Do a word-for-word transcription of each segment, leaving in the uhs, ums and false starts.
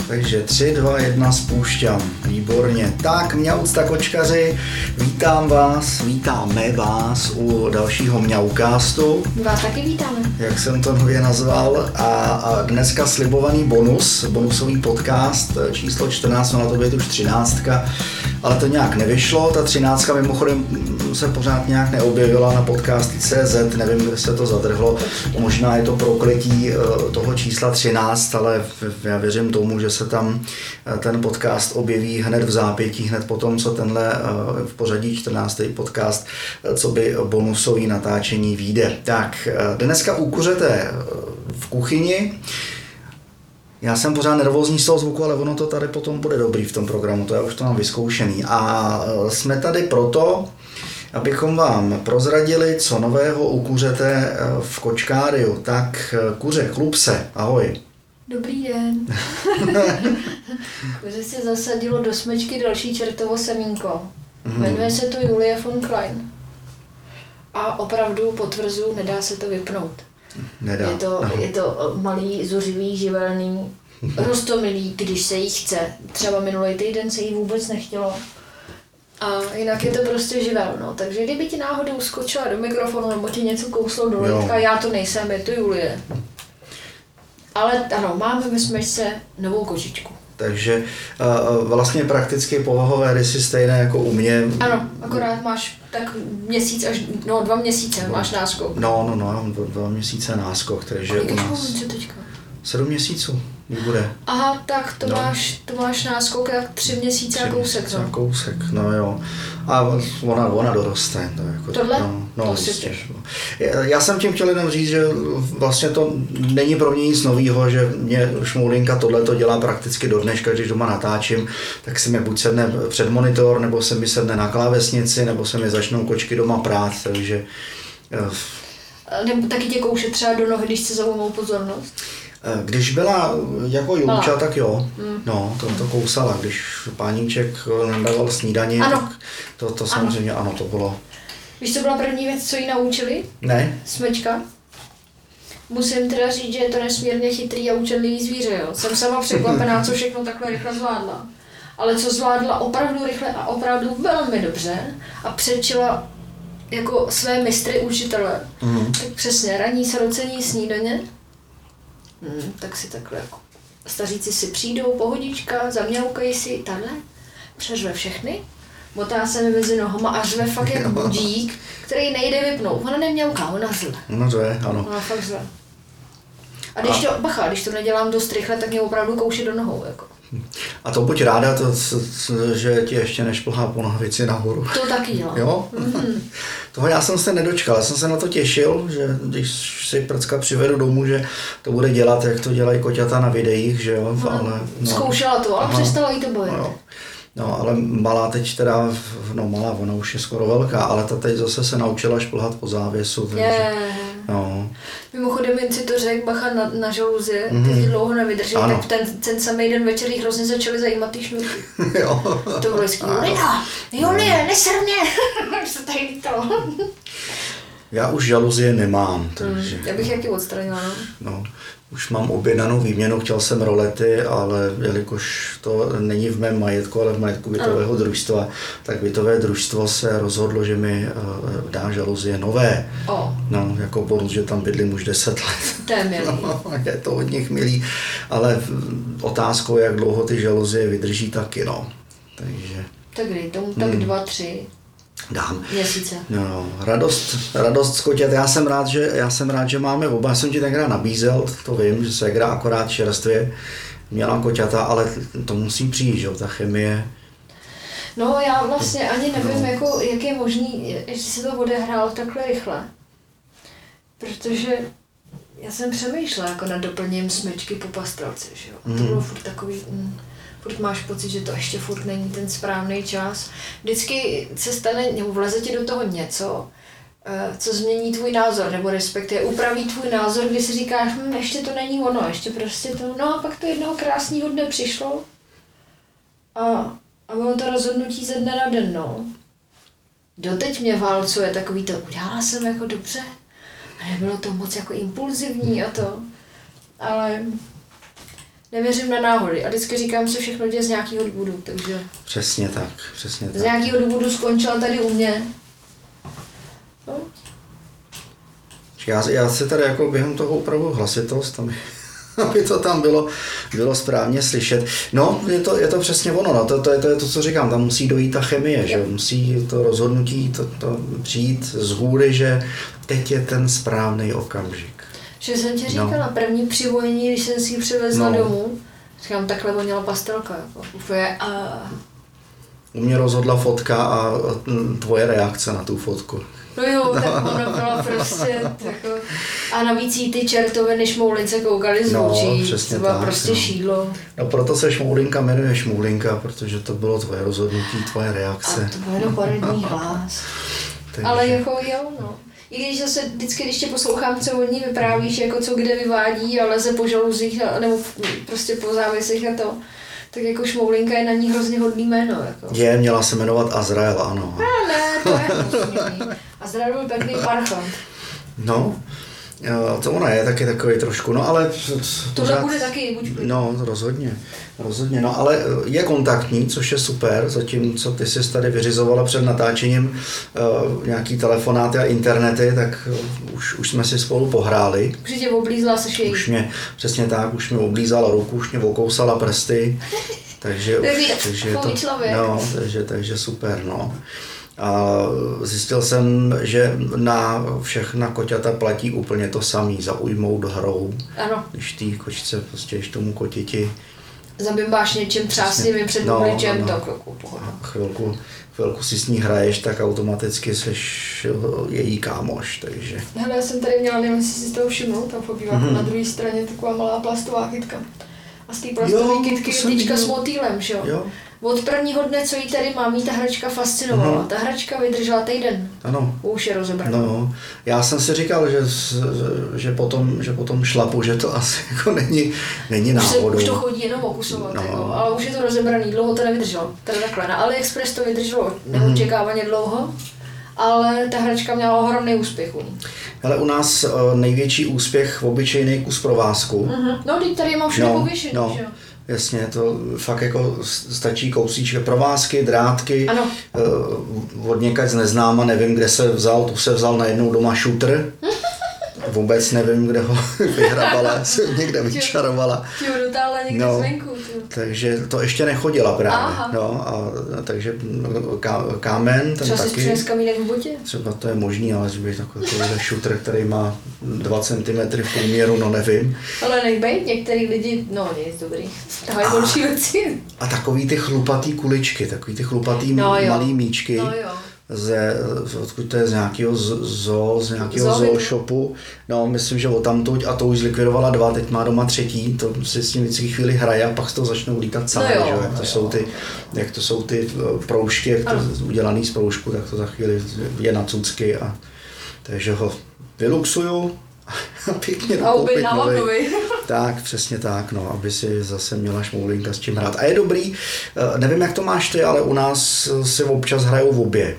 Takže tři, dva, jedna, spoušťám. Výborně. Tak, mňaucta kočkaři, vítám vás, vítáme vás u dalšího mňaukástu. My vás taky vítáme. Jak jsem to nově nazval. A, a dneska slibovaný bonus, bonusový podcast číslo čtrnáct, no na to bude už třináctka, ale to nějak nevyšlo. Ta třináctka mimochodem se pořád nějak neobjevila na podcasty tečka cé zet, nevím, kde se to zadrhlo. Možná je to prokletí toho čísla třináct, ale já věřím tomu, že se tam ten podcast objeví hned v zápětí, hned potom, co tenhle v pořadí čtrnáctý podcast, co by bonusový natáčení vyjde. Tak, dneska u kuřete v kuchyni. Já jsem pořád nervózní z toho zvuku, ale ono to tady potom bude dobrý v tom programu, to já už to mám vyzkoušený. A jsme tady proto, abychom vám prozradili, co nového u kuřete v Kočkáriu. Tak kuře, chlup se, ahoj. Dobrý den. Kuře si zasadilo do smečky další čertovo semínko. Mm. Jmenuje se to Julie von Klein. A opravdu potvrzuji, nedá se to vypnout. Nedá. Je to, je to malý, zuřivý, živelný, roztomilý, když se jí chce. Třeba minulý týden se jí vůbec nechtělo. A jinak je to prostě živel, no. Takže kdyby ti náhodou skočila do mikrofonu nebo ti něco kouslo do lidka, já to nejsem, je to Julie. Ale ano, máme ve smečce novou kočičku. Takže uh, vlastně prakticky povahové rysy stejné jako u mě. Ano, akorát máš tak měsíc až, no dva měsíce no, máš náskok. No, no, no, dva, dva měsíce náskok, takže u nás teďka? sedm měsíců bude. Aha, tak to, no. máš, to máš náskok jak tři měsíce a kousek. Tři měsíce a kousek, no jo. A ona, ona doroste. To jako, Tohle? No, no, to jistě, já, já jsem tím chtěl jenom říct, že vlastně to není pro mě nic novýho, že mě šmoulinka tohleto dělá prakticky do dneška, když doma natáčím, tak se mi buď sedne před monitor, nebo se mi sedne na klávesnici, nebo se mi začnou kočky doma prát, takže... Nebo taky tě kouše třeba do nohy, když se zaujmou pozornost? Když byla jako Julča, no. tak jo, mm. no, to, to kousala, když páníček nadával snídaní, tak to, to samozřejmě ano. ano, to bylo. Víš, co byla první věc, co jí naučili? Ne. Smečka. Musím teda říct, že je to nesmírně chytrý a učenlivý zvíře, jo. Jsem sama překvapená, co všechno takhle rychle zvládla. Ale co zvládla opravdu rychle a opravdu velmi dobře a předčila jako své mistry učitele. Mm. Tak přesně, ranní srocení snídaně. Hmm, tak si takhle jako staříci si přijdou, pohodička, zamňaukají si, tahle, přeřve všechny, motá se mi mezi nohama a řve fakt jak budík, který nejde vypnout. Ona nemňauká, ona zle. Ona řve, ano. Ona fakt zle. A když to, bacha, když to nedělám dost rychle, tak mě opravdu kouše do nohou, jako. A to buď ráda, to, že ti ještě nešplhá po nohavici nahoru. To taky dělám. Jo? Mm-hmm. Toho já jsem se nedočkal, já jsem se na to těšil, že když si prcka přivedu domů, že to bude dělat, jak to dělají koťata na videích, že jo, no, ale... No, zkoušela to, ale přestala jí to bojit. No, no, ale malá teď teda, no malá, ona už je skoro velká, ale ta teď zase se naučila šplhat po závěsu, takže... Yeah. No. Mimochodem jen si to řekl, bacha na, na žaluzie, mm-hmm. ty dlouho nevydrží, tak ten, ten samý den večer jich hrozně začaly zajímat ty šnurky. Jo. To bylo hezký. Julina, Julie, neser mě, už se tady lítalo. Já už žaluzie nemám, takže... Mm, já bych jaký odstranila, no. No. Už mám objednanou výměnu, chtěl jsem rolety, ale jelikož to není v mém majetku, ale v majetku bytového ano. družstva, tak bytové družstvo se rozhodlo, že mi uh, dá žaluzie nové. Oh. No, jako bonus, že tam bydlím už deset let. To je milý. No, je to od nich milý, ale otázkou, jak dlouho ty žaluzie vydrží, taky no. Takže... Tak kdy, tomu tak hmm. dva, tři. Dám. Měsíce. No, radost, radost z koťat. Já jsem rád, že, já jsem rád, že máme oba. Já jsem ti tenkrát nabízel, to vím, že se hra akorát čerstvě měla koťata, ale to musí přijít, že ta chemie. No, já vlastně ani nevím, no. jako, jak je možný, že se to odehrálo takhle rychle. Protože já jsem přemýšlela jako nad doplněním smečky po pastelce, že jo. Mm. To bylo furt takový... Mm. Furt máš pocit, že to ještě furt není ten správný čas. Vždycky se stane, nebo vleze ti do toho něco, co změní tvůj názor, nebo respektive upraví tvůj názor, kdy si říkáš, hm, ještě to není ono, ještě prostě to, no a pak to jednoho krásného dne přišlo a, a bylo to rozhodnutí ze dne na den, no. Doteď mě válcuje takový to, udělala jsem jako dobře, a nebylo to moc jako impulzivní a to, ale Nevěřím na náhody a vždycky říkám, že všechno děje z nějakého důvodu, takže... Přesně tak, přesně tak. Z nějakého důvodu skončila tady u mě. No. Já, já si tady jako během toho opravdu hlasitost, aby, aby to tam bylo, bylo správně slyšet. No, je to, je to přesně ono, no, to, to, je, to je to, co říkám, tam musí dojít ta chemie, že musí to rozhodnutí to, to přijít z hůry, že teď je ten správný okamžik. Že jsem ti říkala, no. První přivojení, když jsem si ji přivezla no. domů, říkám, takhle voněla pastelka, jako úplně a... U mě rozhodla fotka a tvoje reakce na tu fotku. No jo, no. Tak ona byla prostě jako... A navíc jí ty čertoviny šmoulince koukaly z očí, no, to bylo tak, prostě no. šídlo. No proto se Šmoulinka jmenuje Šmoulinka, protože to bylo tvoje rozhodnutí, tvoje reakce. A to byl jenom poradní hlas. Takže... Ale jako jo, no. I když zase vždycky, když tě poslouchám, co o ní vyprávíš, jako co kde vyvádí a leze po žaluzích, nebo prostě po závěsech a to, tak jako Šmoulinka je na ní hrozně hodný jméno. Jako. Je, měla se jmenovat Azrael, ano. A ne, to je hrozný. Azrael byl pěkný parchant. No, to ona je taky takový trošku, no ale... Tohle pořád, bude taky, buď No, rozhodně, rozhodně, no ale je kontaktní, což je super, zatímco ty jsi tady vyřizovala před natáčením uh, nějaký telefonáty a internety, tak uh, už, už jsme si spolu pohráli. Už tě oblízla se šejí. Už mě, přesně tak, už mě oblízala ruku, už mě okousala prsty, takže, takže, to, no, takže, takže super, no. A zjistil jsem, že na všechna koťata platí úplně to samý, zaujmout hrou. Ano. Když ty kočce, prostě když tomu kotěti zabimbáš něčím třásnivým před no, obličem, no, tak jako pohoda. Chvilku, chvilku si s ní hraješ, tak automaticky seš její kámoš, takže... Hele, já jsem tady měla, nevím, jestli si z toho všimnul, tam pobývá mm-hmm. na druhé straně taková malá plastová kytka. A z té plastové kytky je tyčka s motýlem, že jo? Od prvního dne, co jí tady mám, jí ta hračka fascinovala. Mm-hmm. Ta hračka vydržela týden. Ano. Už je rozebraná. No, já jsem si říkal, že, že, potom, že potom šlapu, že to asi jako není, není náhodou. Už, už to chodí jenom okusovat, no. jako, ale už je to rozebraný, dlouho to nevydrželo. Teda takhle, na AliExpress to vydrželo neočekávaně mm-hmm. dlouho, ale ta hračka měla ohromný úspěch u ní. Ale u nás uh, největší úspěch obyčejný kus provázku. Mm-hmm. No, teď tady mám všude no, pověšený, no. že jo? Jasně, to fakt jako stačí kousíčky, provázky, drátky, ano. Uh, od někač z neznáma, nevím, kde se vzal, tu se vzal najednou doma šutr. Vůbec nevím, kde ho vyhrabala, někde vyčarovala. Ti ho dotáhla někde no, zvenku. Takže to ještě nechodila právě. Aha. No, a, takže ká, kámen, ten třeba taky. Třeba si přines kamínek v botě? Třeba to je možný, ale že by takový šutr, který má dva centimetry v průměru, no nevím. Ale nejbejt, některý lidi, no nic, dobrý, tahají horší věci. A takový ty chlupatý kuličky, takový ty chlupatý no, malý míčky. No jo. Ze, odkud to je z nějakého zoo, z nějakého zoo shopu. No, myslím, že odtamtud a to už zlikvidovala dva, teď má doma třetí, to si s tím vždycky chvíli hraje a pak z toho začnou lítat samé, no že? Jak, to no jsou ty, jak to jsou ty proužky, jak to udělaný z proužku, tak to za chvíli je na cucky a takže ho vyluxuju a pěkně dokoupit nový. Tak, přesně tak, no, aby si zase měla Šmoulinka s čím hrát. A je dobrý, nevím, jak to máš ty, ale u nás si občas hrajou v obě.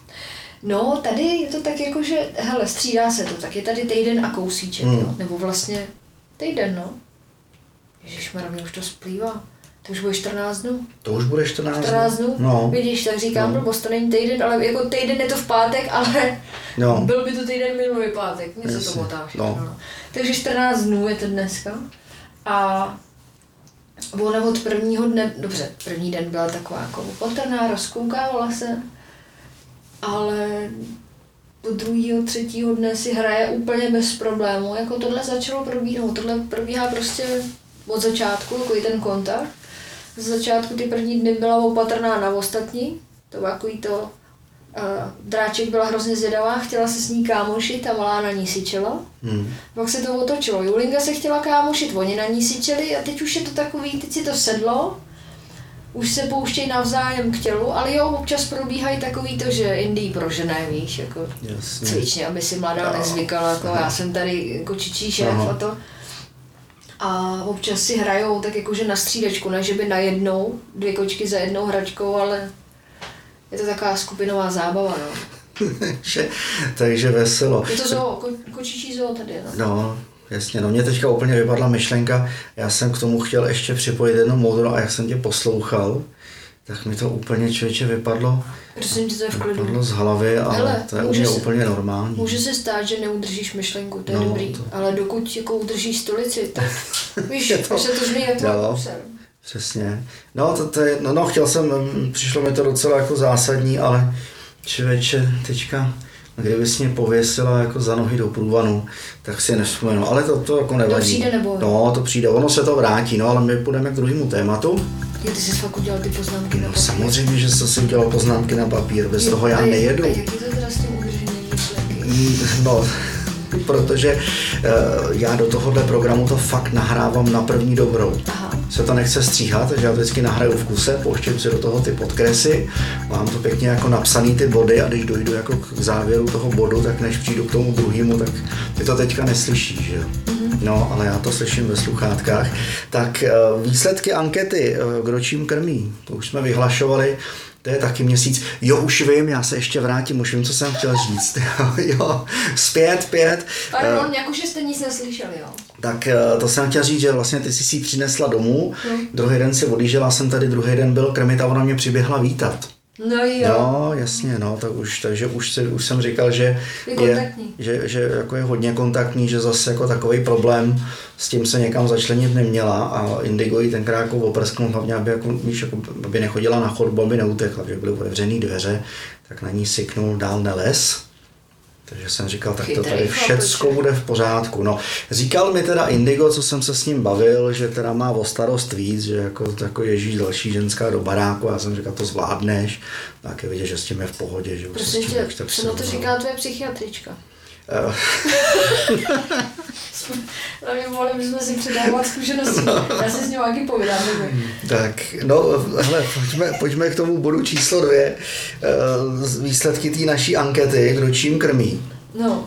No, tady je to tak jako, že, hele, střídá se to, tak je tady týden a kousíček, hmm. jo? Nebo vlastně týden, no. Ježišmarja, mě už to splývá. To už bude čtrnáct dnů. To už bude čtrnáct, čtrnáct dnů. No. Vidíš, tak říkám, no. To není týden, ale jako týden je to v pátek, ale no. Byl by to týden minulý pátek, něco to motáš. No. No. Takže čtrnáct dnů je to dneska. A ona od prvního dne, dobře, první den byla taková jako opatrná, rozkoukávala se, ale do druhého, třetího dne si hraje úplně bez problému. Jako tohle začalo probíhat, tohle probíhá prostě od začátku, jako i ten kontakt. Z začátku ty první dny byla opatrná na ostatní, to bylo takový to, uh, Dráček byla hrozně zvědavá, chtěla se s ní kámošit a malá na ní syčela. Hmm. Pak se to otočilo, Julinka se chtěla kámošit, oni na ní syčeli a teď už je to takový, teď si to sedlo, už se pouštějí navzájem k tělu, ale jo, občas probíhají takový to, že Indii prožené, víš, jako jasně. Cvičně, aby si mladá no. nezvykala, jako já jsem tady kočičí šéf no. a to. A občas si hrajou tak jakože na střídačku, ne že by najednou, dvě kočky za jednou hračkou, ale je to taková skupinová zábava, no. takže veselo. Je to zoo, ko, kočičí zoo tady, no. No, jasně, no mě teďka úplně vypadla myšlenka, já jsem k tomu chtěl ještě připojit jedno moudro a jak jsem tě poslouchal, tak mi to úplně člověče vypadlo, Prosím tě, to je v klidu. vypadlo z hlavy, ale Hele, to je u mě se, úplně normální. Může se stát, že neudržíš myšlenku, to je No, dobrý, to... ale dokud jako udržíš stolici, tak víš, to... se to změní jak no, přesně. No, to, to je, no, no, chtěl jsem, přišlo mi to docela jako zásadní, ale člověče, teďka, kdybys mě pověsila jako za nohy do průvanu, tak si nevzpomenu, ale to, to jako nevadí. To přijde nebo? No, to přijde, ono se to vrátí, no, ale my půjdeme k druhému tématu. Je, ty jsi fakt udělal ty poznámky no, na papír. Samozřejmě, že jsem si udělal poznámky na papír, bez je, toho já a nejedu. A jak je to teda s tím udržením myšlenky? No, protože uh, já do tohohle programu to fakt nahrávám na první dobrou. Aha. Se to nechce stříhat, takže já vždycky nahraju v kuse, pouštím si do toho ty podkresy, mám to pěkně jako napsaný ty body a když dojdu jako k závěru toho bodu, tak než přijdu k tomu druhému, tak ty to teďka neslyšíš, že jo? Mm-hmm. No, ale já to slyším ve sluchátkách. Tak uh, výsledky ankety, uh, kdo čím krmí, to už jsme vyhlašovali. To je taky měsíc. Jo, už vím, já se ještě vrátím, už vím, co jsem chtěl říct. Jo, zpět, pět. Pardon, uh, jako že jste nic neslyšeli, jo. Tak uh, to jsem chtěl říct, že vlastně ty jsi si ji přinesla domů, no. Druhý den si odjížděla, jsem tady druhý den byl krmit a ona mě přiběhla vítat. No jo. No, jasně, no, tak už, takže už, si, už jsem říkal, že je, je, že, že jako je hodně kontaktní, že zase jako takový problém s tím se někam začlenit neměla a Indigo jí tenkrát jako oprsknul, hlavně aby, jako, víš, jako, aby nechodila na chodbu, aby neutekla, že byly otevřený dveře, tak na ní syknul dál neles. Takže jsem říkal, tak to tady všecko bude v pořádku. No, říkal mi teda Indigo, co jsem se s ním bavil, že teda má o starost víc, že jako, jako ježí další ženská do baráku a já jsem říkal, to zvládneš. Tak je vidět, že s tím je v pohodě. Že prosím tě, co na to říká tvoje psychiatrička? Hlavně mohli bychom si předávat zkušenosti. No. Já si s ním taky povídám. Tak, no, hele, pojďme, pojďme k tomu bodu číslo dvě. Výsledky té naší ankety, kdo čím krmí. No.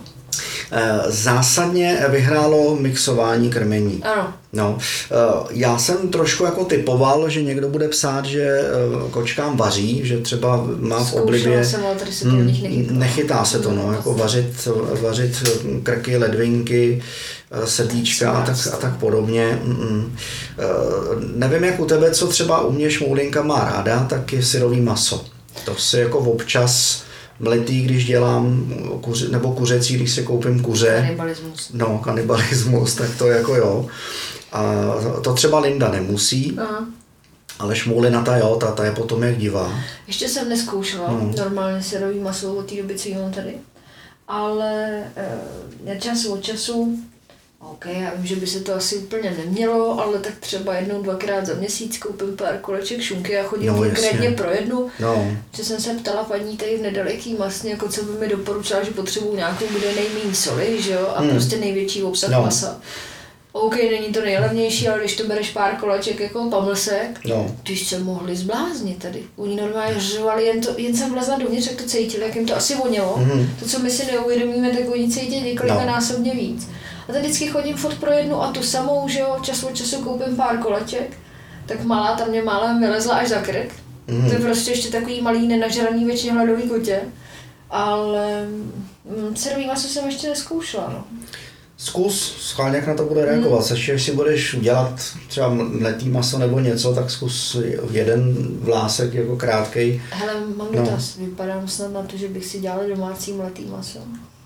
Zásadně vyhrálo mixování krmení. Ano. No, já jsem trošku jako typoval, že někdo bude psát, že kočkám vaří, že třeba má v oblibě, jsem, ale tady se to hmm, nechytá. nechytá se to, no, jako vařit, vařit krky, ledvinky, srdíčka a tak, a tak podobně. Mm-mm. Nevím, jak u tebe, co třeba u mě Šmoulinka má ráda, tak je syrový maso. To si jako občas mletý, když dělám, kuři, nebo kuřecí, když si koupím kuře. Kanibalismus. No, kanibalismus, tak to jako jo. A to třeba Linda nemusí, aha. Ale Šmoulina ta jo, ta, ta je potom jak divá. Ještě jsem neskoušela hmm. normálně syrový maso od té doby, co jí mám tady. Ale e, čas od času, ok, já vím, že by se to asi úplně nemělo, ale tak třeba jednou, dvakrát za měsíc koupím pár koleček šunky a chodím no, konkrétně pro jednu. No. Že jsem se ptala paní tady v nedaleký masně, jako co by mi doporučila, že potřebuju nějakou, kde je nejméně soli, že jo, a hmm. prostě největší obsah no. masa. OK, není to nejlevnější, ale když to bereš pár koleček jako pamlsek, no. Když se mohli zbláznit tady. Oni normálně řvali, jen, to, jen jsem vlezla dovnitř, jak to cítili, jak jim to asi vonělo. Mm-hmm. To, co my si neuvědomíme, tak oni cítí několika no. násobně víc. A tady vždycky chodím furt pro jednu a tu samou, že jo, čas od času koupím pár koleček, tak malá tam mě málem vylezla až za krk. Mm-hmm. To je prostě ještě takový malý nenažraný většině hladový kotě. Ale mm, syrový maso jsem ještě neskoušela, no. Zkus, schválně jak na to bude reagovat. Hmm. Seš, si budeš dělat třeba mletý maso nebo něco, tak zkus jeden vlásek jako krátkej. Hele, mám no. dotaz. Vypadám snad na to, že bych si dělala domácí mletý maso.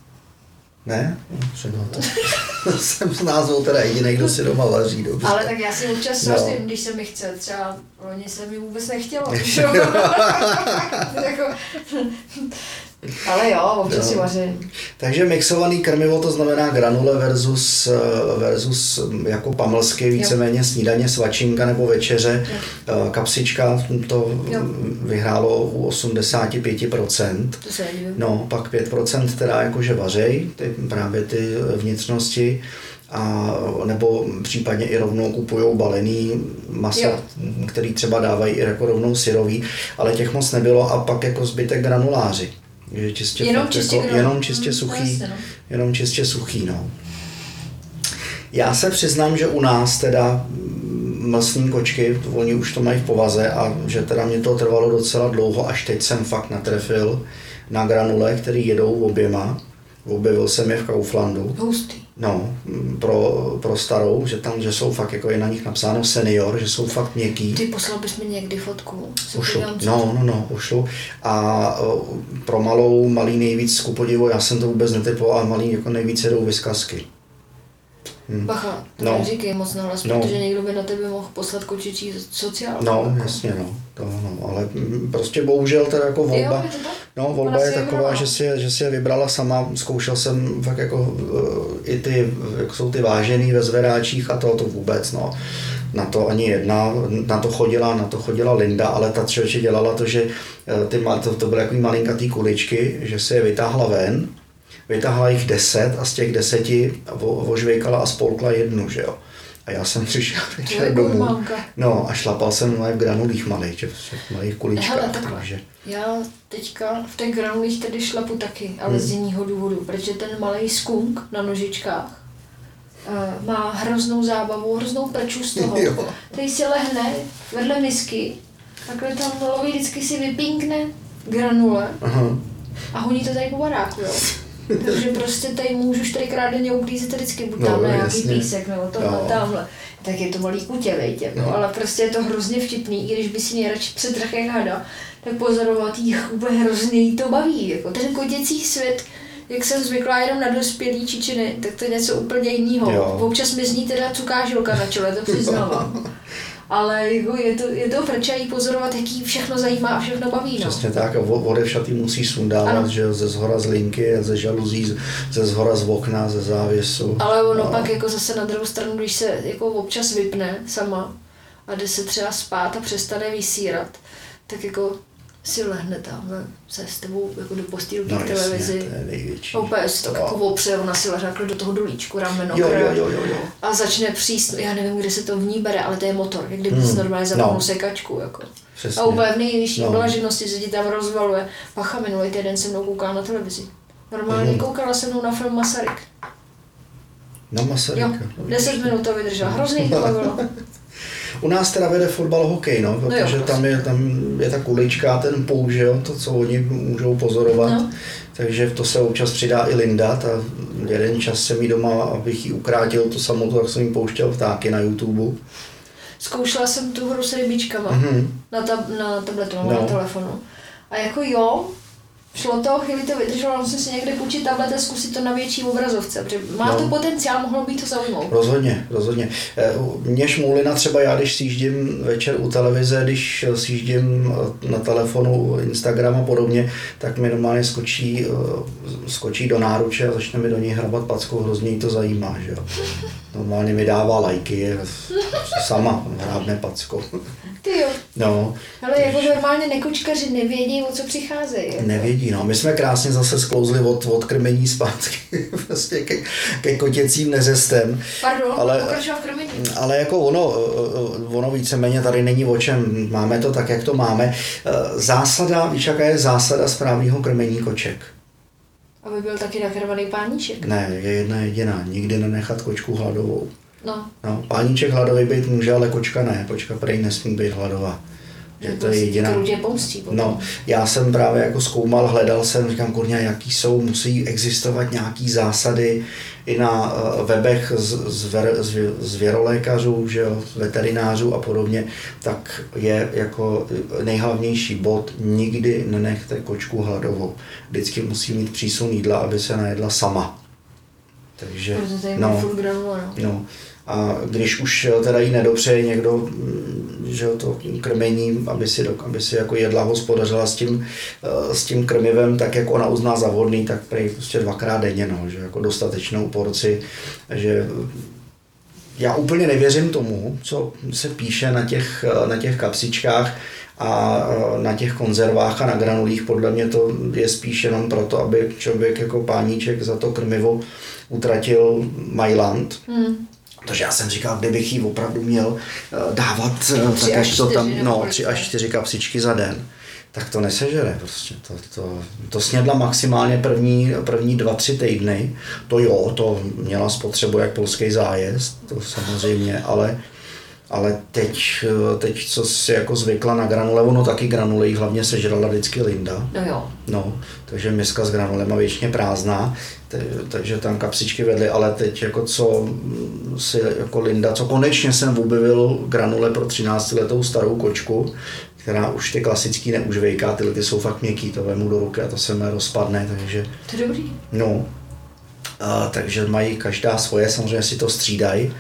Ne? No, to jsem s názvou teda jediný, kdo si doma vaří. Dobře. Ale tak já si občas no. Sostím, když se mi chce. Třeba loni se mi vůbec nechtělo. Ale jo, občas si vařím. Takže mixovaný krmivo, to znamená granule versus, versus jako pamlsky, víceméně snídaně, svačinka nebo večeře. Jo. Kapsička to jo. vyhrálo u osmdesát pět procent. To se nedivím. No, pak pět procent teda jakože vařej, ty, právě ty vnitřnosti. A, nebo případně i rovnou kupujou balený maso, jo. který třeba dávají i jako rovnou syrový, ale těch moc nebylo a pak jako zbytek granuláři. Že čistě jenom, čistě jako, jenom čistě suchý, no. jenom čistě suchý, no. Já se přiznám, že u nás teda mlsný kočky, oni už to mají v povaze a že teda mě to trvalo docela dlouho, až teď jsem fakt natrefil na granule, který jedou oběma. Objevil jsem je v Kauflandu. Hustý. No, pro, pro starou, že tam, že jsou fakt, jako je na nich napsáno senior, že jsou fakt měkký. Ty poslal bys mi někdy fotku? Pošlu. No, no, no, pošlu. A uh, pro malou, malý nejvíc, ku podivu, já jsem to vůbec netypoval, ale malý jako nejvíc jedou Whiskas. Hmm. Bacha, to no. neříkej moc nahlas, no. Protože někdo by na tebe mohl poslat kočičí sociálku. No, jako. jasně, no. To, no. Ale prostě bohužel teda jako volba, jo, je no, volba je taková, že si, že si je vybrala sama. Zkoušel jsem fakt jako uh, i ty, jak jsou ty vážený ve zvedáčích a to, to vůbec, no. Na to ani jedna, na to chodila, na to chodila Linda, ale ta člověče dělala to, že ty, to, to byly takový malinkatý kuličky, že si je vytáhla ven, vytáhla jich deset a z těch deseti ožvejkala a spolkla jednu, že jo. A já jsem přišel večer domů, no a šlapal jsem v granulích malých, v malých kuličkách. Takže... Já teďka v těch granulích tedy šlapu taky, ale hmm. z jiného důvodu, protože ten malý skunk na nožičkách uh, má hroznou zábavu, hroznou preču z toho, který si lehne vedle misky, takhle tam loví, vždycky si vypinkne granule. Aha. A honí to tady po baráku, jo. Takže prostě tady můžu čtyřikrát denně uklízet vždycky, buď tamhle no, nějaký písek, nebo tohle, no. tamhle. Tak je to malý kutě, vejtě, no. Ale prostě je to hrozně vtipný, i když by si nejradši předrach jak hada, tak pozorovat jich úplně hrozně to baví. Jako ten kotěcí svět, jak jsem zvyklá jenom na dospělý čičiny, tak to je něco úplně jiného. Občas mi zní teda cuká žilka na čele, to přiznávám. Ale jako je to, je to prčají pozorovat, jaký všechno zajímá a všechno baví. No. Přesně tak, a odevšatý musíš sundávat, že ze zhora z linky, ze žaluzí, ze zhora z okna, ze závěsu. Ale ono no. pak jako zase na druhou stranu, když se jako občas vypne sama a jde se třeba spát a přestane vysírat, tak jako si lehne tamhle se s tebou jako do postýlky no, k televizi. Jasně, to je největší. A úplně si to jako opře, ona si leží do toho dolíčku, rameno, jo, jo, jo, jo, jo. a začne příst, já nevím, kde se to v ní bere, ale to je motor, jak kdyby hmm. se normálně zapnul no. sekačku. Jako. A úplně v nejvyšší no. blaženosti se ti tam rozvaluje. Pacha, minulý týden se mnou koukala na televizi. Normálně hmm. koukala se mnou na film Masaryk. Na Masaryka? Jo, deset minut to vydržela, hrozně to bavilo. U nás teda vede fotbal hokej, no, protože no jo, tam, je, tam je ta kulička, ten půl, že jo, to, co oni můžou pozorovat. No. Takže to se občas přidá i Linda, ta jeden čas jsem jí doma, abych jí ukrátil tu samotu, tak jsem jí pouštěl vtáky na YouTube. Zkoušela jsem tu hru s rybičkama mm-hmm. na, tab, na tabletu, no. na telefonu. A jako jo, šlo to, chvíli to vydrželo, musím si někde půjčit tablet a zkusit to na větší obrazovce, protože má no. to potenciál, mohlo být to zaujmout. Rozhodně, rozhodně. Mě šmoulina třeba já, když sjíždím večer u televize, když sjíždím na telefonu Instagram a podobně, tak mi normálně skočí, skočí do náruče a začne mi do něj hrabat packou, hrozně jí to zajímá, že jo. Normálně mi dává lajky, sama hrábne packou. Ty jo. No. Ale jako normálně nekočkaři nevědí, o co přicházejí. Jako. Nevědí, no. My jsme krásně zase sklouzli od, od krmení zpátky vlastně ke, ke kotěcím neřestem. Pardon, ale, pokračovat krmení. Ale jako ono, ono víceméně tady není o čem, máme to tak, jak to máme. Zásada, víš, jaká je zásada správného krmení koček? Aby byl taky nakrmený páníček. Ne, je jedna jediná, nikdy nenechat kočku hladovou. No. No, páníček hladový být může, ale kočka ne, kočka prej nesmí být hladová. Že to je jediná. Pomstí, no, já jsem právě jako zkoumal, hledal jsem, říkám, kurňa, jaký jsou, musí existovat nějaký zásady i na uh, webech z, z, ver, z, z věrolékařů, že jo, veterinářů a podobně, tak je jako nejhlavnější bod, nikdy nenechte kočku hladovou. Vždycky musí mít přísun jídla, aby se najedla sama. Takže, no, no. A když už teda jí nedopřeje někdo, že to krmení, aby si, do, aby si jako jedla hospodařila s tím, s tím krmivem, tak jak ona uzná za vhodný, tak prej prostě dvakrát denně, no, že jako dostatečnou porci, že já úplně nevěřím tomu, co se píše na těch, na těch kapsičkách a na těch konzervách a na granulích. Podle mě to je spíš jenom proto, aby člověk jako páníček za to krmivo utratil majland. Hmm. Protože já jsem říkal, kdybych jí opravdu měl dávat tak, až to tam, no, tři až čtyři kapsičky za den, tak to nesežere prostě. To, to, to snědla maximálně první, první dva, tři týdny. To jo, to měla spotřebu jak polský zájezd, to samozřejmě, ale Ale teď, teď, co si jako zvykla na granule, ono taky granule jí hlavně sežrala vždycky Linda. No jo. No, takže miska s granulema většině prázdná, te, takže tam kapsičky vedly, ale teď jako co si jako Linda, co konečně jsem objevil granule pro třináctiletou starou kočku, která už ty klasický neužvejká, tyhle ty jsou fakt měkký, to vemu do ruky a to se mi rozpadne, takže... To je dobrý. No, a, takže mají každá svoje, samozřejmě si to střídají.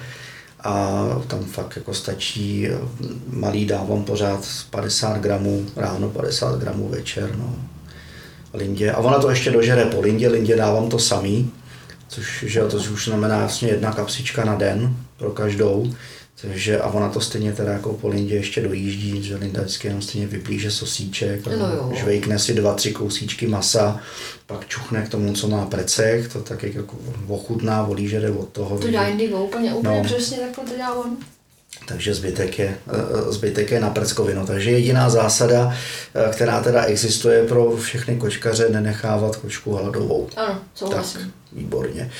A tam fakt jako stačí, malý dávám pořád padesát gramů ráno, padesát gramů večer, no. Lindě. A ona to ještě dožere po Lindě, Lindě dávám to samý, což že, to už znamená vlastně jedna kapsička na den pro každou. Takže, a ona to stejně teda jako po Lindě ještě dojíždí, že Linda vždycky jenom stejně vyplíže sosíček, no žvejkne si dva, tři kousíčky masa, pak čuchne k tomu, co má precek, to tak jako ochutná, volí, že jde od toho. To dá Indigo, úplně, úplně no. Přesně takhle to dělá on. Takže zbytek je, zbytek je na prckovinu. Takže jediná zásada, která teda existuje pro všechny kočkaře, nenechávat kočku hladovou. Ano, souhlasím. Tak, výborně.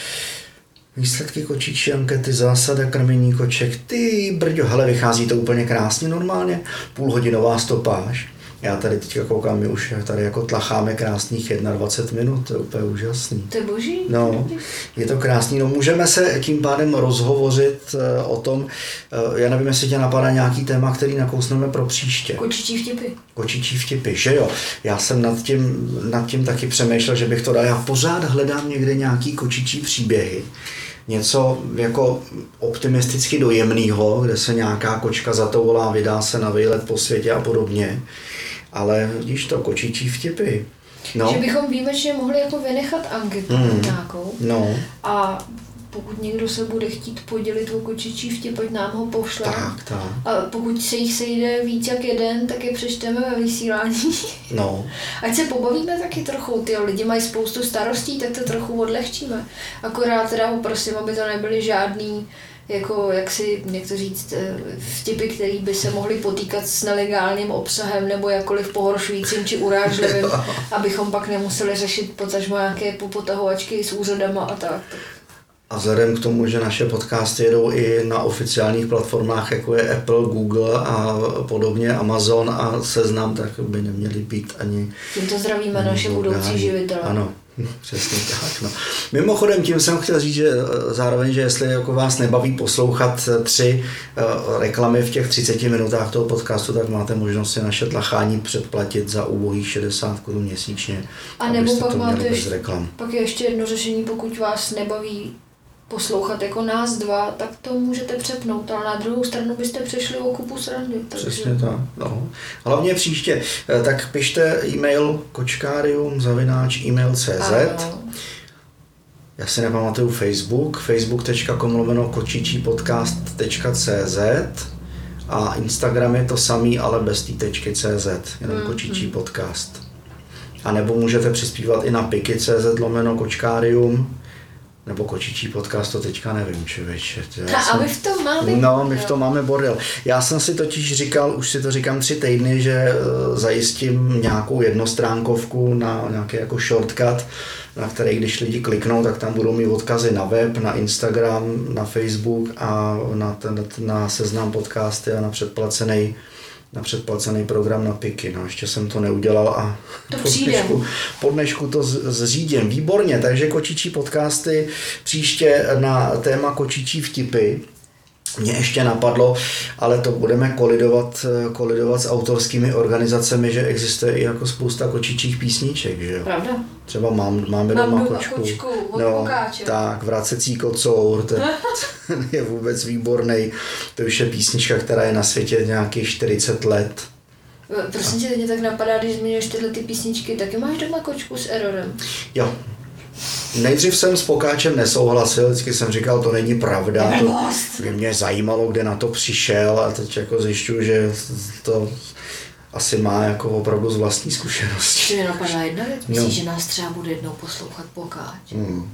Výsledky kočičí ankety, zásada krmení koček, ty brďo, hele, vychází to úplně krásně normálně, půlhodinová stopáž. Já tady teď koukám, my už tady jako tlacháme krásných dvacet jedna minut, to je úplně úžasný. To je boží. No, je to krásný, no můžeme se tím pádem rozhovořit o tom, já nevím, jestli tě napadá nějaký téma, který nakousneme pro příště. Kočičí vtipy. Kočičí vtipy, že jo. Já jsem nad tím, nad tím taky přemýšlel, že bych to dal, já pořád hledám někde nějaký kočičí příběhy. Něco jako optimisticky dojemného, kde se nějaká kočka zatovolá, vydá se na výlet po světě a podobně. Ale vidíš to, kočičí vtipy. No. Že bychom výjimečně mohli jako vynechat anketu mm. nějakou. No. A pokud někdo se bude chtít podělit o kočičí vtip, ať nám ho pošle. Tak, tak. A pokud se jich sejde víc jak jeden, tak je přečteme ve vysílání. No. Ať se pobavíme taky trochu, ty lidi mají spoustu starostí, tak to trochu odlehčíme. Akorát teda prosím, aby to nebyly žádný, jako, jak si někdo říct, vtipy, které by se mohly potýkat s nelegálním obsahem nebo jakkoliv pohoršujícím či urážlivým, abychom pak nemuseli řešit potažmo nějaké popotahovačky s úřadama a tak. A vzhledem k tomu, že naše podcasty jedou i na oficiálních platformách, jako je Apple, Google a podobně, Amazon a Seznam, tak by neměly být ani... Tímto zdravíme naše budoucí živitele. Ano, přesně tak. No. Mimochodem, tím jsem chtěl říct, že zároveň, že jestli jako vás nebaví poslouchat tři uh, reklamy v těch třiceti minutách toho podcastu, tak máte možnost si naše tlachání předplatit za ubohých šedesát korun měsíčně. A nebo pak máte ještě, pak je ještě jedno řešení, pokud vás nebaví poslouchat jako nás dva, tak to můžete přepnout, ale na druhou stranu byste přešli o kupu srandy. Takže... Přesně tak. No. Hlavně příště, tak pište e-mail kočkárium zavináč e-mail tečka cé zet. Já si nepamatuju Facebook, facebook tečka com lomeno kočičí podcast tečka cé zet a Instagram je to samý, ale bez té tečky cé zet, jenom mm, kočičí mm. podcast. A nebo můžete přispívat i na piky tečka cé zet lomeno kočkárium, nebo kočičí podcast, to teďka nevím, člověče. A, jsem... a my v tom máme No, my v tom máme bordel. Já jsem si totiž říkal, už si to říkám tři týdny, že uh, zajistím nějakou jednostránkovku na nějaký jako shortcut, na který když lidi kliknou, tak tam budou mít odkazy na web, na Instagram, na Facebook a na, ten, na Seznam podcasty a na předplacený na předplacený program na piky. No, ještě jsem to neudělal a to po, dnešku, po dnešku to zřídím. Výborně, takže kočičí podcasty příště na téma kočičí vtipy. Mě ještě napadlo, ale to budeme kolidovat, kolidovat s autorskými organizacemi, že existuje i jako spousta kočičích písniček, že jo? Pravda. Třeba mám, máme mám doma kočku. kočku no, tak, vracecí kocour, to je vůbec výborný. To už je písnička, která je na světě nějakých čtyřicet let. Prosím tě, teď mě tak napadá, když zmiňuješ tyhle ty písničky, taky máš doma kočku s errorem? Jo. Nejdřív jsem s Pokáčem nesouhlasil, vždycky jsem říkal, to není pravda, to by mě zajímalo, kde na to přišel a teď jako zjišťuju, že to asi má jako opravdu z vlastní zkušenosti. Mě napadá jedna věc, myslíš, no. že nás třeba bude jednou poslouchat Pokáč? Hmm.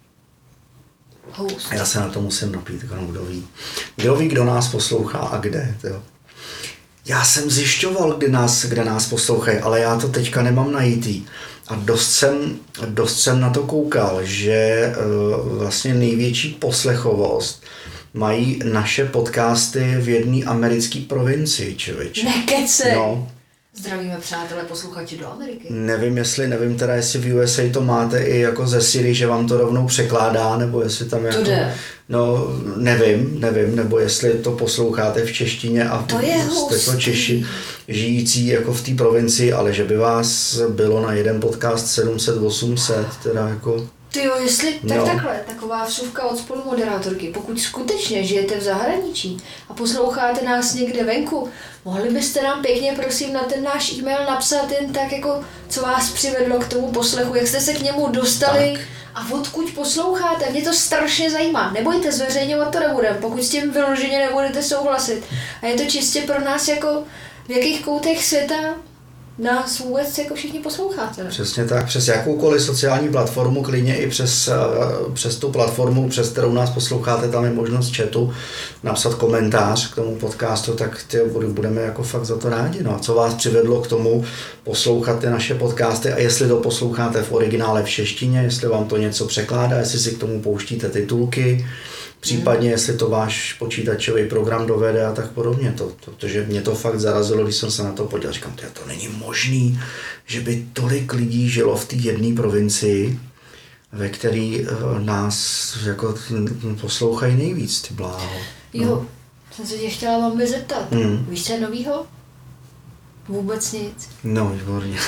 Host. Já se na to musím napít, kdo ví. Kdo ví, kdo nás poslouchá a kde, jo. Já jsem zjišťoval, kde nás, kde nás poslouchají, ale já to teďka nemám najítý. A dost jsem, dost jsem na to koukal, že uh, vlastně největší poslechovost mají naše podcasty v jedné americké provincii, člověče. Nekece. No. Zdravíme přátelé posluchači do Ameriky. Nevím, jestli, nevím teda, jestli v U S A to máte i jako ze Siri, že vám to rovnou překládá, nebo jestli tam jako... To jde. No, nevím, nevím, nebo jestli to posloucháte v češtině a to je jste to Češi žijící jako v té provincii, ale že by vás bylo na jeden podcast sedm set osm set, teda jako... Ty jo, jestli, tak no. takhle, taková vsuvka od spolumoderátorky. Pokud skutečně žijete v zahraničí a posloucháte nás někde venku, mohli byste nám pěkně prosím na ten náš e-mail napsat jen tak jako, co vás přivedlo k tomu poslechu, jak jste se k němu dostali tak. A odkud posloucháte. Mě to strašně zajímá. Nebojte, zveřejňovat to nebudem, pokud s tím vyloženě nebudete souhlasit. A je to čistě pro nás jako v jakých koutech světa nás vůbec jako všichni posloucháte. Přesně tak, přes jakoukoliv sociální platformu, klidně i přes, přes tu platformu, přes kterou nás posloucháte, tam je možnost chatu, napsat komentář k tomu podcastu, tak ty budeme jako fakt za to rádi. No a co vás přivedlo k tomu poslouchat ty naše podcasty a jestli to posloucháte v originále v češtině, jestli vám to něco překládá, jestli si k tomu pouštíte titulky, případně jestli to váš počítačový program dovede a tak podobně. To, to, protože mě to fakt zarazilo, když jsem se na to podíval. Říkám, to není možný, že by tolik lidí žilo v té jedné provincii, ve který nás jako poslouchají nejvíc, ty bláho. No. Jo, jsem se tě chtěla vám zeptat. Hmm. Víš, co je novýho? Vůbec nic. No, výborně.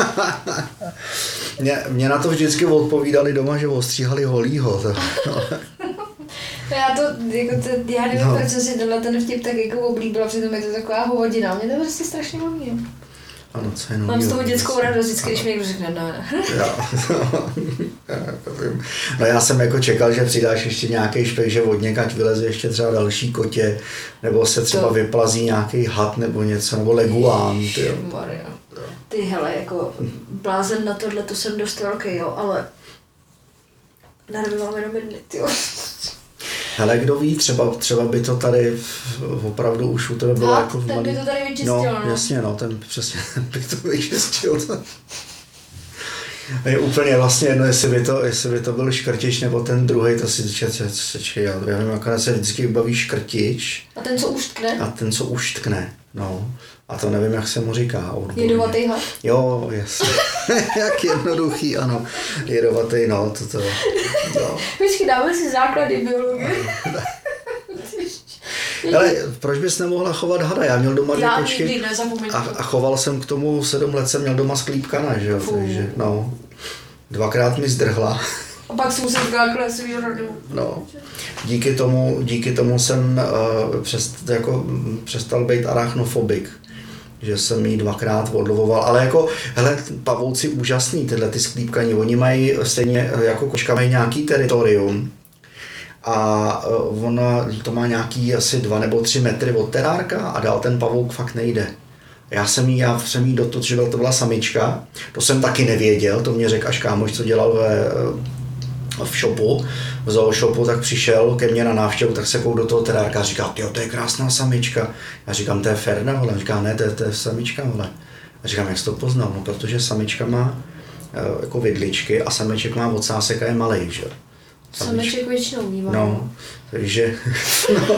mě, mě na to vždycky odpovídali doma, že ostříhali holýho. Já to, jako to, já nevím, no. proč jsem si tenhle ten vtip tak jako oblíbila, přitom je to taková hovodina, mě to prostě strašně baví. Ano, co je nový. Mám z toho dětskou radost vždycky, když mi někdo řekne, no, já, no já jsem jako čekal, že přidáš ještě nějaký špek, že od někať vyleze ještě třeba další kotě, nebo se třeba to... vyplazí nějaký had nebo něco, nebo leguán. Ty, ty hele, jako blázen na tohle, to jsem dost velký, jo, ale nervy mám jenom jedny, tyjo. Hele, kdo ví, třeba, třeba by to tady opravdu už u tebe bylo a, jako v ten malý... by to tady vyčistil, no. No, jasně, no, ten přesně by to vyčistil. Je úplně vlastně jedno, jestli by to, jestli by to byl škrtič, nebo ten druhý, to si čeče, já nevím, akorát se vždycky baví škrtič. A ten, co uštkne? A ten, co uštkne, no. A to nevím, jak se mu říká. Odborně. Jedovatý had? Jo, jasně. Jak jednoduchý, ano. Jedovatý, no, to to. No. Počkej, dáme si základy biologie. Ale proč bys nemohla chovat hada? Já měl doma dvě Já kočky nikdy nezapomeňu. a, a choval jsem k tomu sedm let, jsem měl doma sklípkana, že jo, takže no. Dvakrát mi zdrhla. A pak jsem musel zgákle svýho rodu. No. Díky tomu, díky tomu jsem uh, přest, jako, přestal být arachnofobik. Že jsem jí dvakrát odlovoval, ale jako, hele, pavouci úžasný, tyhle ty sklípkaní, oni mají stejně jako kočka mají nějaký teritorium a ona to má nějaký asi dva nebo tři metry od terárka a dál ten pavouk fakt nejde. Já jsem jí, já jsem jí dotočil, to byla samička, to jsem taky nevěděl, to mě řekl až kámoš, co dělal ve, v shopu, v zooshopu, tak přišel ke mně na návštěvu, tak se kouk do toho terárka a říká, tyjo, to je krásná samička. Já říkám, to je Ferda, vole. Říká, ne, to je, to je samička, vole. A říkám, jak jsi to poznal? No, protože samička má e, jako vidličky a sameček má odsásek a je malej, že? Sameček většinou mývá. No, takže... no.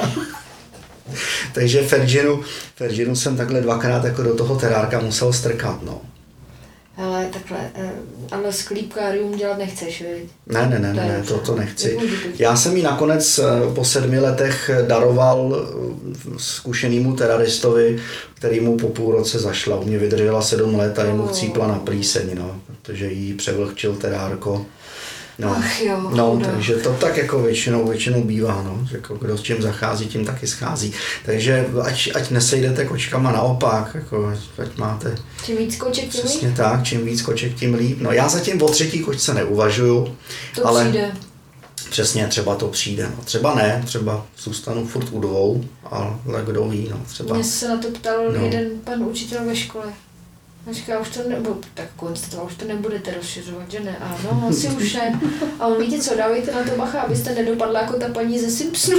takže Ferginu, Ferginu jsem takhle dvakrát jako do toho terárka musel strkat, no. Hele, takhle, ale sklípkárium dělat nechceš, viď? Ne, ne, ne, ne, to, to nechci. Já jsem jí nakonec po sedmi letech daroval zkušenýmu teraristovi, který mu po půl roce zašla. U mě vydržela sedm let a jemu chcípla na plíseň, no, protože jí převlhčil terárko. No, Ach jo, no takže to tak jako většinou, většinou bývá, no, že jako kdo s čím zachází, tím taky schází. Takže ať, ať nesejdete kočkama, naopak, jako ať máte... Čím víc koček, tím líp? Přesně tak, čím víc koček, tím líp. No já zatím o třetí kočce neuvažuju, to ale přijde. Přesně, třeba to přijde, no. Třeba ne, třeba zůstanu furt u dvou, ale kdo ví, no, třeba... Mě se na to ptal no. jeden pan učitel ve škole. A říká, už to nebo tak konstatoval, už to nebudete rozšiřovat, že ne? A no, asi už ne. A on, víte co, dávejte na to bacha, abyste nedopadla jako ta paní ze Simpsonů.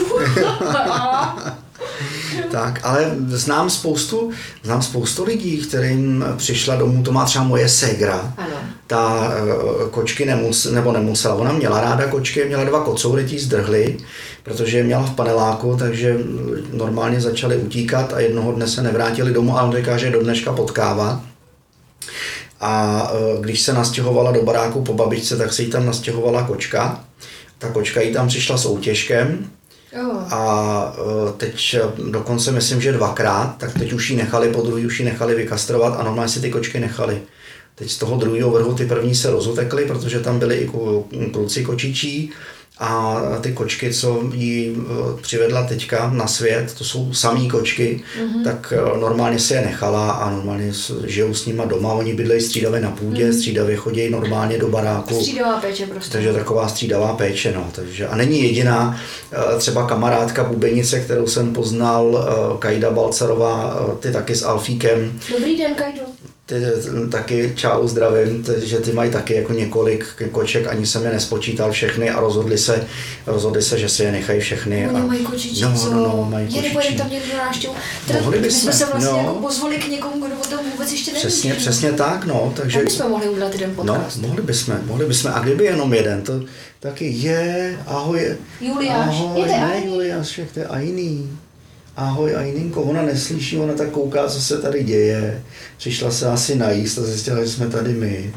Tak, ale znám spoustu, znám spoustu lidí, kterým přišla domů, to má třeba moje ségra. Ano. Ta uh, kočky nemus, nebo nemusela, ona měla ráda kočky, měla dva kocoury, tí zdrhly, protože je měla v paneláku, takže normálně začaly utíkat a jednoho dne se nevrátili domů a on říká, že do dneška potkává. A když se nastěhovala do baráku po babičce, tak se jí tam nastěhovala kočka. Ta kočka jí tam přišla s outěžkem. Oh. A teď dokonce myslím, že dvakrát, tak teď už ji nechali, po druhý už ji nechali vykastrovat a normálně si ty kočky nechali. Teď z toho druhého vrhu ty první se rozutekly, protože tam byli i kluci kočičí a ty kočky, co jí přivedla teďka na svět, to jsou samý kočky, mm-hmm. tak normálně se je nechala a normálně žijou s nima doma, oni bydlejí střídavě na půdě, mm-hmm. střídavě chodí normálně do baráku. Střídavá péče prostě. Takže taková střídavá péče, no. Takže, a není jediná, třeba kamarádka Bubenice, kterou jsem poznal, Kajda Balcarová, ty taky s Alfíkem. Dobrý den, Kajdo. Ty taky čau, zdravím, že ty mají taky jako několik koček, ani jsem je nespočítal všechny a rozhodli se, rozhodli se, že si je nechají všechny. Oni a... mají kočičí, no, co? No, no, mají kočičí. Je, nebo tam někdo návštěvu. Mohli bychom. My jsme se vlastně no. jako pozvali k někomu, kdo o tom vůbec ještě neví. Přesně, přesně tak, no. Takže... A bychom mohli udělat jeden podcast. No, mohli bychom, mohli bychom. A kdyby jenom jeden, to taky je, ahoj. Juliáš, ahoj, je to ne, Juliáš, to je Ainý. Ahoj Aininko, ona neslyší, ona tak kouká, co se tady děje. Přišla se asi najíst a zjistila, že jsme tady my.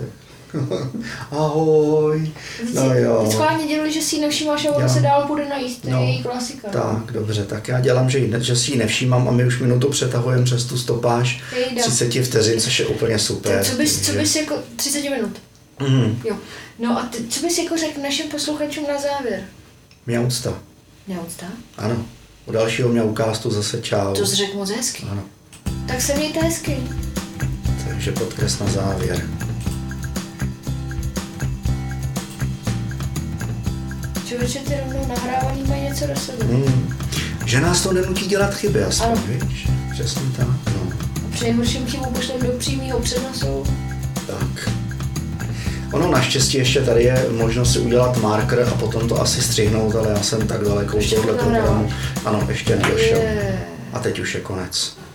Ahoj. No jo. Teď schválně dělali, že si ji nevšímáš a ona se dál bude najíst, to je její klasika. Tak, dobře, tak já dělám, že, že si ji nevšímám a my už minutu přetahujeme přes tu stopáž třicet vteřin, což je úplně super. Co bys, co bys jako třicet minut? Mm. Jo. No a ty, co bys jako řekl našim posluchačům na závěr? Mňaucta. Mňaucta? Ano. U dalšího mňaukástu zase čau. To jsi řekl moc hezky. Ano. Tak se mějte hezky. Takže podcast na závěr. Člověče, ty rovnou nahrávaný mají něco do sebe. Hmm. Že nás to nenutí dělat chyby, aspoň, ano. Víš? Přesně tak, no. A při nejhorším chybu pošlem do přímého přenosu. Tak. Ono naštěstí ještě tady je možnost si udělat marker a potom to asi střihnout, ale já jsem tak daleko z tohohle programu. Ano, ještě nedošel. A teď už je konec.